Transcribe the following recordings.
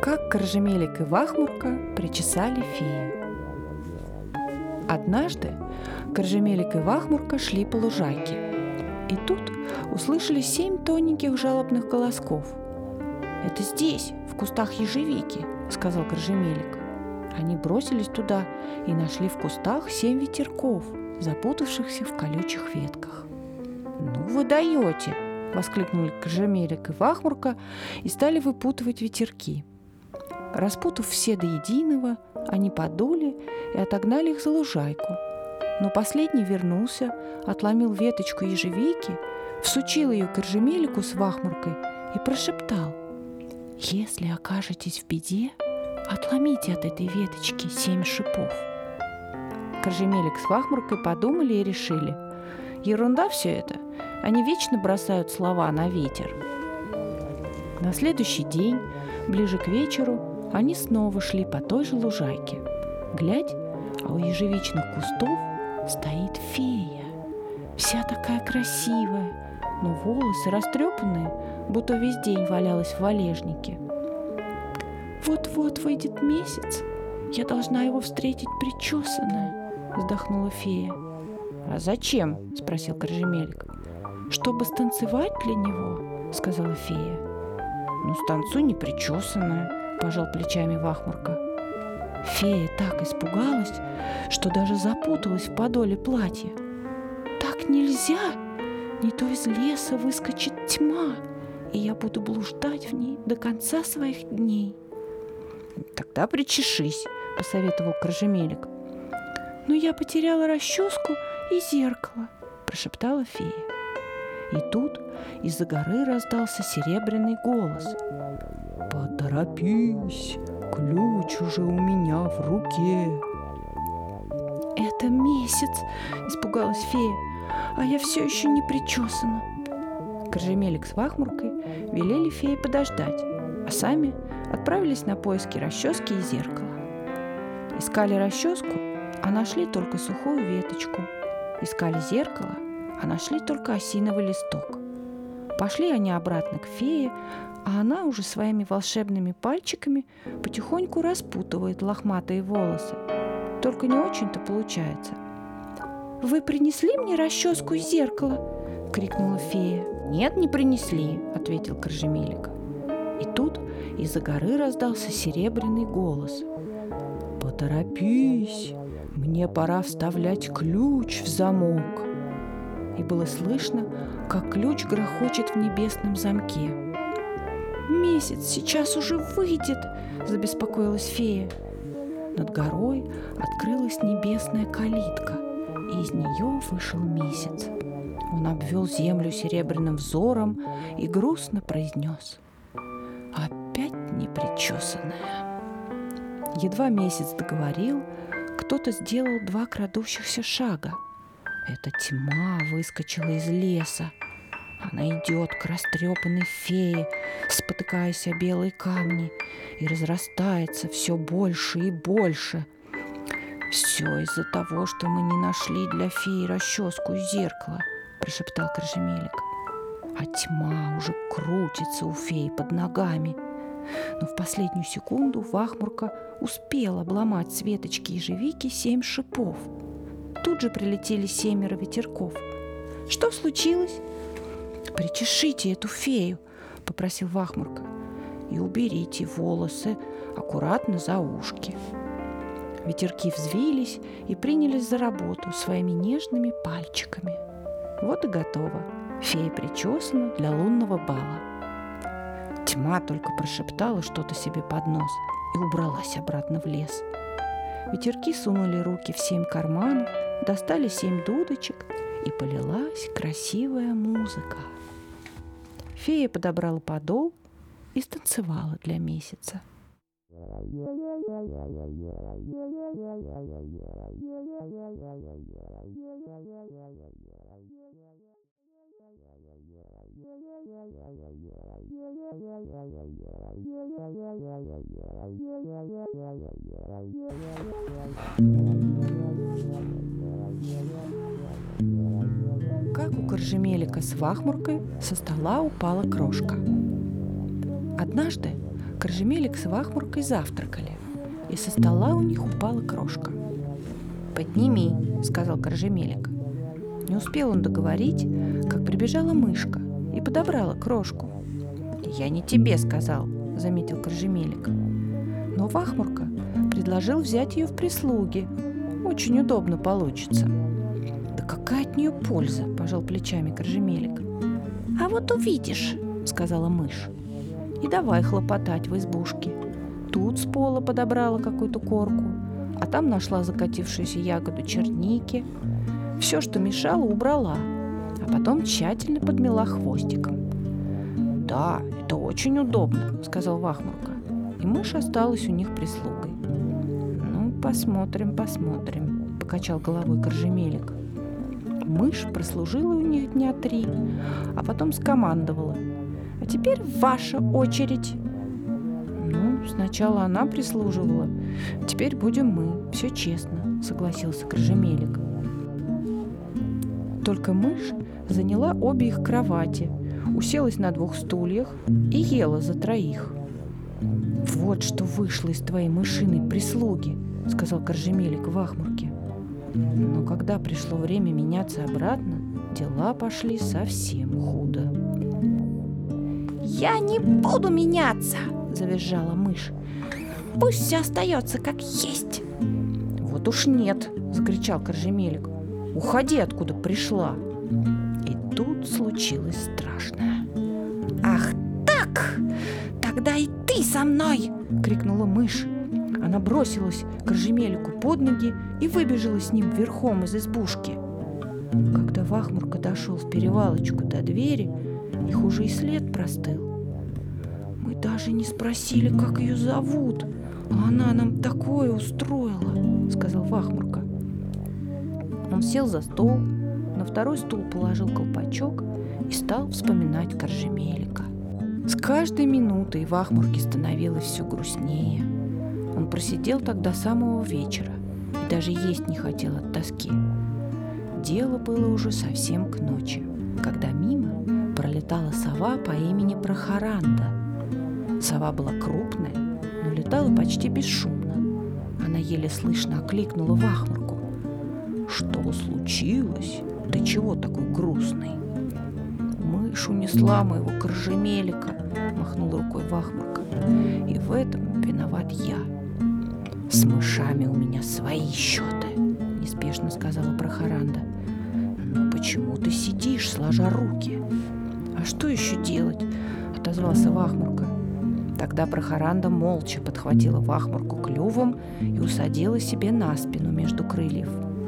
Как Коржемелик и Вахмурка причесали фею. Однажды Коржемелик и Вахмурка шли по лужайке, и тут услышали 7 тоненьких жалобных голосков. «Это здесь, в кустах ежевики», — сказал Коржемелик. Они бросились туда и нашли в кустах 7 ветерков, запутавшихся в колючих ветках. «Ну вы даете!» — воскликнули Коржемелик и Вахмурка и стали выпутывать ветерки. Распутав все до единого, они подули и отогнали их за лужайку. Но последний вернулся, отломил веточку ежевики, всучил ее Коржемелику с Вахмуркой и прошептал: «Если окажетесь в беде, отломите от этой веточки 7 шипов». Коржемелик с Вахмуркой подумали и решили: ерунда все это, они вечно бросают слова на ветер. На следующий день, ближе к вечеру, они снова шли по той же лужайке. Глядь, а у ежевичных кустов стоит фея, вся такая красивая, но волосы растрепанные, будто весь день валялась в валежнике. «Вот-вот выйдет месяц, я должна его встретить причесанная», — вздохнула фея. «А зачем?» — спросил Коржемелик. «Чтобы станцевать для него», — сказала фея. «Ну, станцуй непричесанная», — пожал плечами Вахмурка. Фея так испугалась, что даже запуталась в подоле платья. «Так нельзя! Не то из леса выскочит тьма, и я буду блуждать в ней до конца своих дней». «Тогда причешись», — посоветовал Коржемелик. «Но я потеряла расческу и зеркало», — прошептала фея. И тут из-за горы раздался серебряный голос: «Поторопись, ключ уже у меня в руке». «Это месяц», — испугалась фея, «а я все еще не причесана». Коржемелик с Вахмуркой велели фее подождать, а сами отправились на поиски расчески и зеркала. Искали расческу, а нашли только сухую веточку. Искали зеркало, а нашли только осиновый листок. Пошли они обратно к фее, а она уже своими волшебными пальчиками потихоньку распутывает лохматые волосы. Только не очень-то получается. «Вы принесли мне расческу и зеркало?» — крикнула фея. «Нет, не принесли», — ответил Коржемелик. И тут из-за горы раздался серебряный голос: «Поторопись, мне пора вставлять ключ в замок». И было слышно, как ключ грохочет в небесном замке. «Месяц сейчас уже выйдет», — забеспокоилась фея. Над горой открылась небесная калитка, и из нее вышел месяц. Он обвел землю серебряным взором и грустно произнес: «Опять непричесанная». Едва месяц договорил, кто-то сделал 2 крадущихся шага. Эта тьма выскочила из леса. Она идет к растрепанной фее, спотыкаясь о белые камни, и разрастается все больше и больше. «Все из-за того, что мы не нашли для феи расческу и зеркало», — прошептал Коржемелик. А тьма уже крутится у феи под ногами. Но в последнюю секунду Вахмурка успела обломать с веточки ежевики 7 шипов. Тут же прилетели 7 ветерков. «Что случилось?» «Причешите эту фею», — попросил Вахмурка, «и уберите волосы аккуратно за ушки». Ветерки взвились и принялись за работу своими нежными пальчиками. Вот и готово. Фея причесана для лунного бала. Тьма только прошептала что-то себе под нос и убралась обратно в лес. Ветерки сунули руки в 7 карманов, достали 7 дудочек, и полилась красивая музыка. Фея подобрала подол и станцевала для месяца. Как у Коржемелика с Вахмуркой со стола упала крошка. Однажды Коржемелик с Вахмуркой завтракали, и со стола у них упала крошка. «Подними», — сказал Коржемелик. Не успел он договорить, как прибежала мышка и подобрала крошку. «Я не тебе сказал», — заметил Коржемелик. Но Вахмурка предложил взять ее в прислуги. Очень удобно получится. «Да какая от нее польза?» – пожал плечами Коржемелик. «А вот увидишь», – сказала мышь. И давай хлопотать в избушке. Тут с пола подобрала какую-то корку, а там нашла закатившуюся ягоду черники. Все, что мешало, убрала, а потом тщательно подмела хвостиком. «Да, это очень удобно», – сказал Вахмурка. И мышь осталась у них прислугой. «Ну, посмотрим», – покачал головой Коржемелик. Мышь прослужила у них дня 3, а потом скомандовала: «А теперь ваша очередь». «Ну, сначала она прислуживала, теперь будем мы, все честно», – согласился Коржемелик. Только мышь заняла обе их кровати, уселась на 2 стульях и ела за 3. «Вот что вышло из твоей мышиной прислуги», — сказал Коржемелик Вахмурке. Но когда пришло время меняться обратно, дела пошли совсем худо. «Я не буду меняться!» — завизжала мышь. «Пусть все остается как есть!» «Вот уж нет!» — закричал Коржемелик. «Уходи, откуда пришла!» И тут случилось страшное. «Ах так! Тогда и ты со мной!» — крикнула мышь. Она бросилась Коржемелику под ноги и выбежала с ним верхом из избушки. Когда Вахмурка дошел в перевалочку до двери, их уже и след простыл. «Мы даже не спросили, как ее зовут, а она нам такое устроила», — сказал Вахмурка. Он сел за стол, на 2 стул положил колпачок и стал вспоминать Коржемелика. С каждой минутой Вахмурке становилось все грустнее. Он просидел так до самого вечера и даже есть не хотел от тоски. Дело было уже совсем к ночи, когда мимо пролетала сова по имени Прохоранда. Сова была крупная, но летала почти бесшумно. Она еле слышно окликнула Вахмурку. «Что случилось? Ты чего такой грустный?» «Мышь унесла моего Коржемелика», — махнул рукой Вахмурка. «И в этом виноват я». «С мышами у меня свои счеты», — неспешно сказала Прохоранда. «Но почему ты сидишь, сложа руки?» «А что еще делать?» — отозвался Вахмурка. Тогда Прохоранда молча подхватила Вахмурку клювом и усадила себе на спину между крыльев.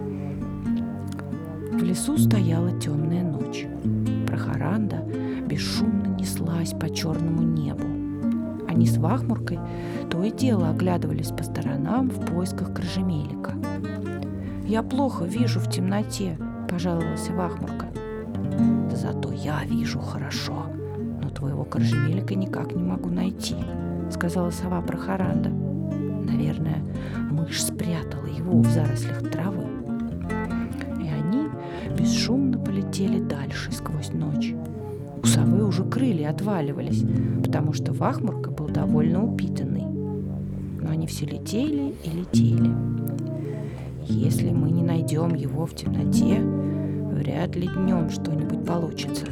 В лесу стояла темная ночь. Прохоранда бесшумно неслась по черному небу. Они с Вахмуркой то и дело оглядывались по сторонам в поисках Коржемелика. «Я плохо вижу в темноте», — пожаловался Вахмурка. «Зато я вижу хорошо, но твоего Коржемелика никак не могу найти», — сказала сова Прохоранда. «Наверное, мышь спрятала его в зарослях травы». И они бесшумно полетели дальше сквозь ночь. У совы уже крылья отваливались, потому что Вахмурка был довольно упитанный. Но они все летели и летели. «Если мы не найдем его в темноте, вряд ли днем что-нибудь получится.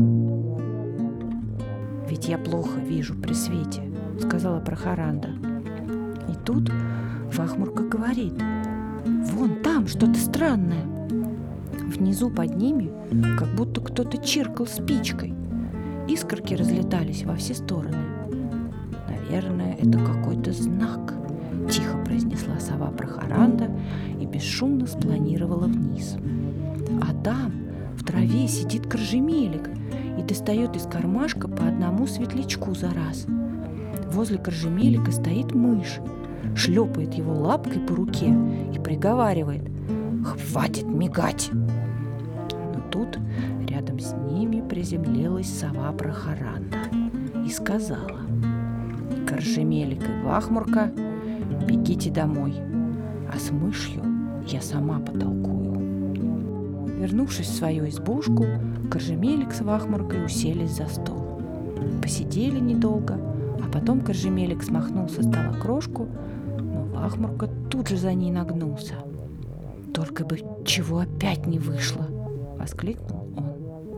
Ведь я плохо вижу при свете», — сказала Прохоранда. И тут Вахмурка говорит: «Вон там что-то странное». Внизу под ними как будто кто-то чиркал спичкой. Искорки разлетались во все стороны. «Наверное, это какой-то знак», — тихо произнесла сова Прохоранда и бесшумно спланировала вниз. А там в траве сидит Коржемелик и достает из кармашка по одному светлячку за раз. Возле Коржемелика стоит мышь, шлепает его лапкой по руке и приговаривает: «Хватит мигать!» Но тут рядом с ними приземлилась сова Прохоранда и сказала: «Коржемелик и Вахмурка, бегите домой, а с мышью я сама потолкую». Вернувшись в свою избушку, Коржемелик с Вахмуркой уселись за стол. Посидели недолго, А потом Коржемелик смахнул со стола крошку, но Вахмурка тут же за ней нагнулся. «Только бы чего опять не вышло!» — воскликнул он.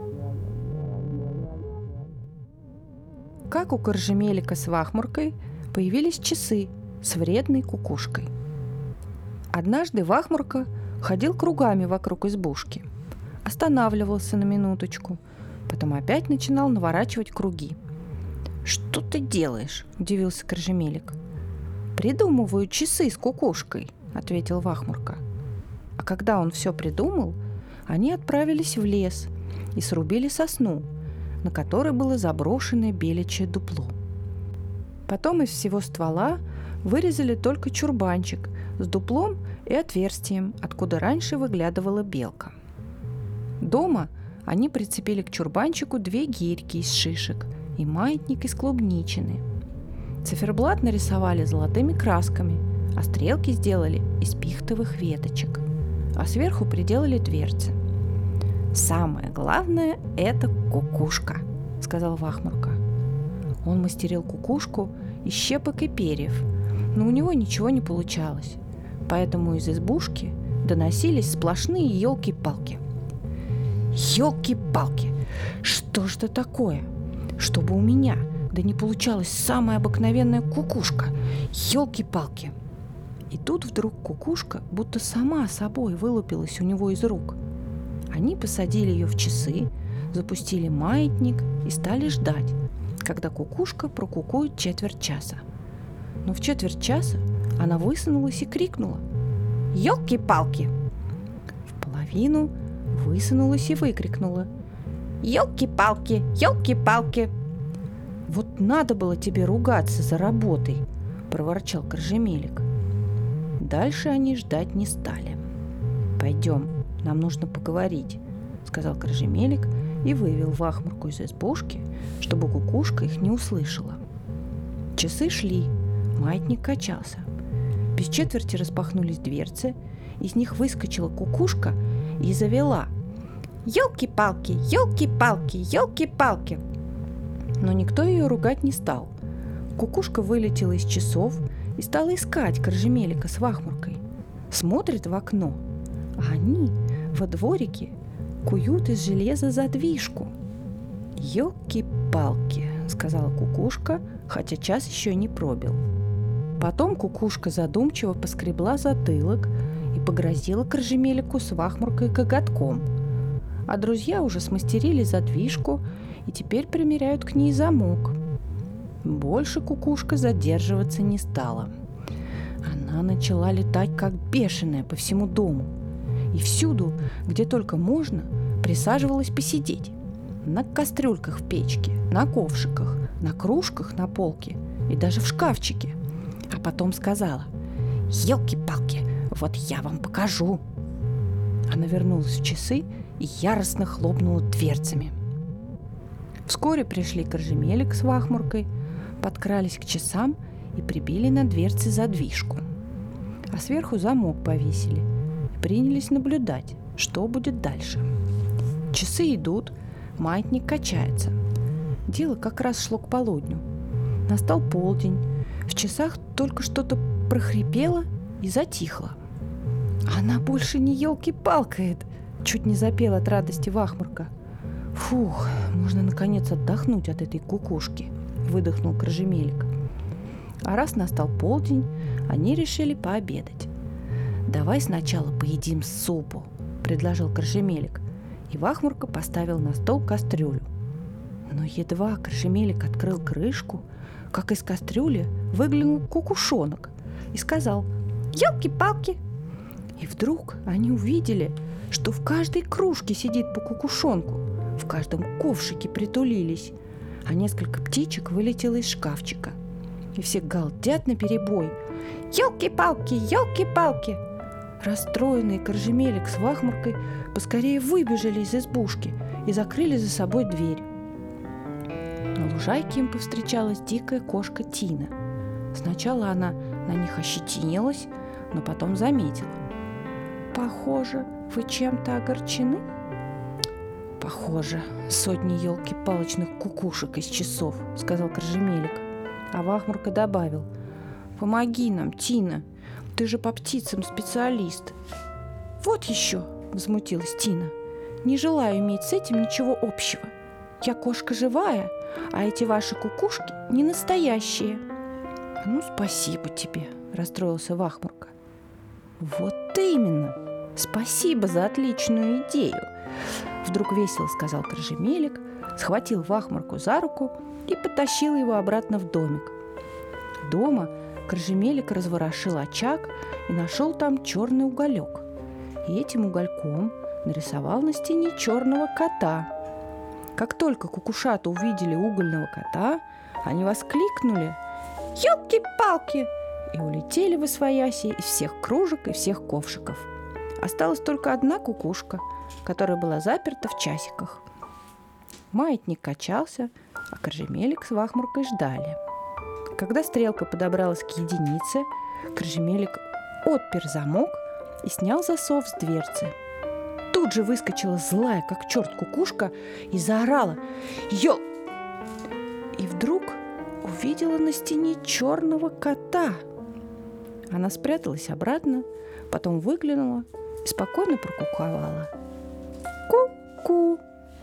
Как у Коржемелика с Вахмуркой появились часы с вредной кукушкой. Однажды Вахмурка ходил кругами вокруг избушки, останавливался на минуточку, потом опять начинал наворачивать круги. «Что ты делаешь?» – удивился Коржемелик. «Придумываю часы с кукушкой», – ответил Вахмурка. А когда он все придумал, они отправились в лес и срубили сосну, на которой было заброшенное беличье дупло. Потом из всего ствола вырезали только чурбанчик с дуплом и отверстием, откуда раньше выглядывала белка. Дома они прицепили к чурбанчику 2 гирьки из шишек и маятник из клубничины. Циферблат нарисовали золотыми красками, а стрелки сделали из пихтовых веточек, а сверху приделали дверцы. «Самое главное – это кукушка», – сказал Вахмурка. Он мастерил кукушку из щепок и перьев, но у него ничего не получалось, поэтому из избушки доносились сплошные елки-палки. «Елки-палки! Что ж это такое? Чтобы у меня, да не получалась самая обыкновенная кукушка! Елки-палки!» И тут вдруг кукушка будто сама собой вылупилась у него из рук. Они посадили ее в часы, запустили маятник и стали ждать, когда кукушка прокукует четверть часа. Но в четверть часа она высунулась и крикнула: «Елки-палки!» В половину высунулась и выкрикнула: «Елки-палки! Елки-палки!» «Вот надо было тебе ругаться за работой!» – проворчал Коржемелик. Дальше они ждать не стали. «Пойдем, нам нужно поговорить», – сказал Коржемелик и вывел Вахмурку из избушки, чтобы кукушка их не услышала. Часы шли, маятник качался. Без четверти распахнулись дверцы, из них выскочила кукушка и завела: «Елки-палки! Елки-палки! Елки-палки!» Но никто ее ругать не стал. Кукушка вылетела из часов и стала искать Коржемелика с Вахмуркой. Смотрит в окно, а они во дворике куют из железа задвижку. «Елки-палки!» — сказала кукушка, хотя час еще не пробил. Потом кукушка задумчиво поскребла затылок и погрозила Коржемелику с Вахмуркой коготком. А друзья уже смастерили задвижку и теперь примеряют к ней замок. Больше кукушка задерживаться не стала. Она начала летать как бешеная по всему дому. И всюду, где только можно, присаживалась посидеть. На кастрюльках в печке, на ковшиках, на кружках на полке и даже в шкафчике. А потом сказала: «Елки-палки, вот я вам покажу!» Она вернулась в часы и яростно хлопнула дверцами. Вскоре пришли Коржемелик с Вахмуркой, подкрались к часам и прибили на дверцы задвижку. А сверху замок повесили и принялись наблюдать, что будет дальше. Часы идут, маятник качается. Дело как раз шло к полудню. Настал полдень, в часах только что-то прохрипело и затихло. «Она больше не елки-палкает!» — чуть не запела от радости Вахмурка. «Фух, можно наконец отдохнуть от этой кукушки!» — выдохнул Коржемелик. А раз настал полдень, они решили пообедать. «Давай сначала поедим супу», — предложил Коржемелик, и Вахмурка поставил на стол кастрюлю. Но едва Коржемелик открыл крышку, как из кастрюли выглянул кукушонок и сказал: «Елки-палки!» И вдруг они увидели, что в каждой кружке сидит по кукушонку, в каждом ковшике притулились, а несколько птичек вылетело из шкафчика. И все галдят наперебой: «Елки-палки! Елки-палки!» Расстроенные Коржемелик с Вахмуркой поскорее выбежали из избушки и закрыли за собой дверь. На лужайке им повстречалась дикая кошка Тина. Сначала она на них ощетинилась, но потом заметила: «Похоже, вы чем-то огорчены?» «Похоже, сотни елки-палочных кукушек из часов», — сказал Коржемелик. А Вахмурка добавил: «Помоги нам, Тина, ты же по птицам специалист». «Вот еще!» – возмутилась Тина. «Не желаю иметь с этим ничего общего. Я кошка живая, а эти ваши кукушки не настоящие». «Ну, спасибо тебе», – расстроился Вахмурка. «Вот именно! Спасибо за отличную идею!» Вдруг весело сказал Коржемелик, схватил Вахмурку за руку и потащил его обратно в домик. Дома Коржемелик разворошил очаг и нашел там черный уголек. И этим угольком нарисовал на стене черного кота. Как только кукушата увидели угольного кота, они воскликнули: «Ёлки-палки!» и улетели восвояси из всех кружек и всех ковшиков. Осталась только одна кукушка, которая была заперта в часиках. Маятник качался, а Коржемелик с Вахмуркой ждали. Когда стрелка подобралась к единице, Коржемелик отпер замок и снял засов с дверцы. Тут же выскочила злая, как черт, кукушка и заорала: «Ёл!» И вдруг увидела на стене черного кота. Она спряталась обратно, потом выглянула и спокойно прокуковала: «Ку-ку!»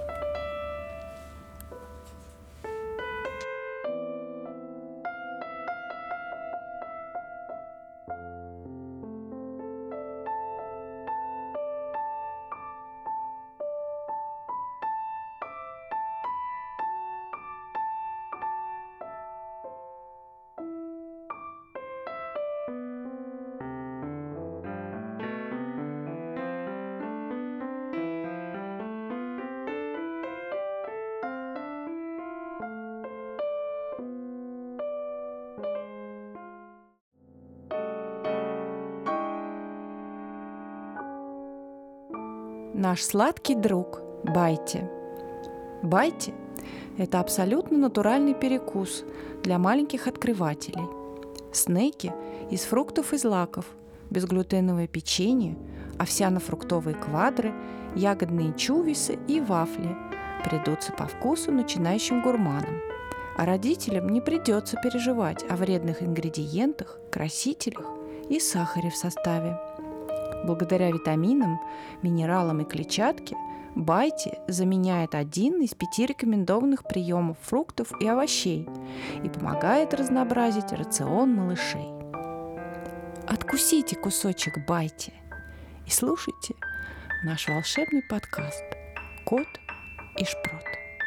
Наш сладкий друг Байти. Байти – это абсолютно натуральный перекус для маленьких открывателей. Снеки из фруктов и злаков, безглютеновое печенье, овсяно-фруктовые квадры, ягодные чувисы и вафли придутся по вкусу начинающим гурманам. А родителям не придется переживать о вредных ингредиентах, красителях и сахаре в составе. Благодаря витаминам, минералам и клетчатке Байти заменяет 1 из 5 рекомендованных приемов фруктов и овощей и помогает разнообразить рацион малышей. Откусите кусочек Байти и слушайте наш волшебный подкаст «Кот и Шпрот».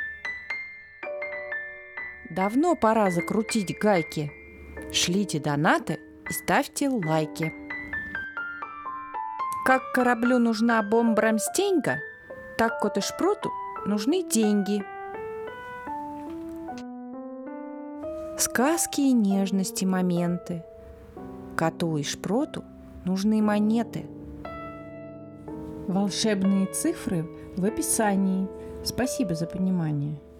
Давно пора закрутить гайки. Шлите донаты и ставьте лайки. Как кораблю нужна бомбрамстенька, так Кот и Шпроту нужны деньги. Сказки и нежности моменты. Коту и Шпроту нужны монеты. Волшебные цифры в описании. Спасибо за понимание.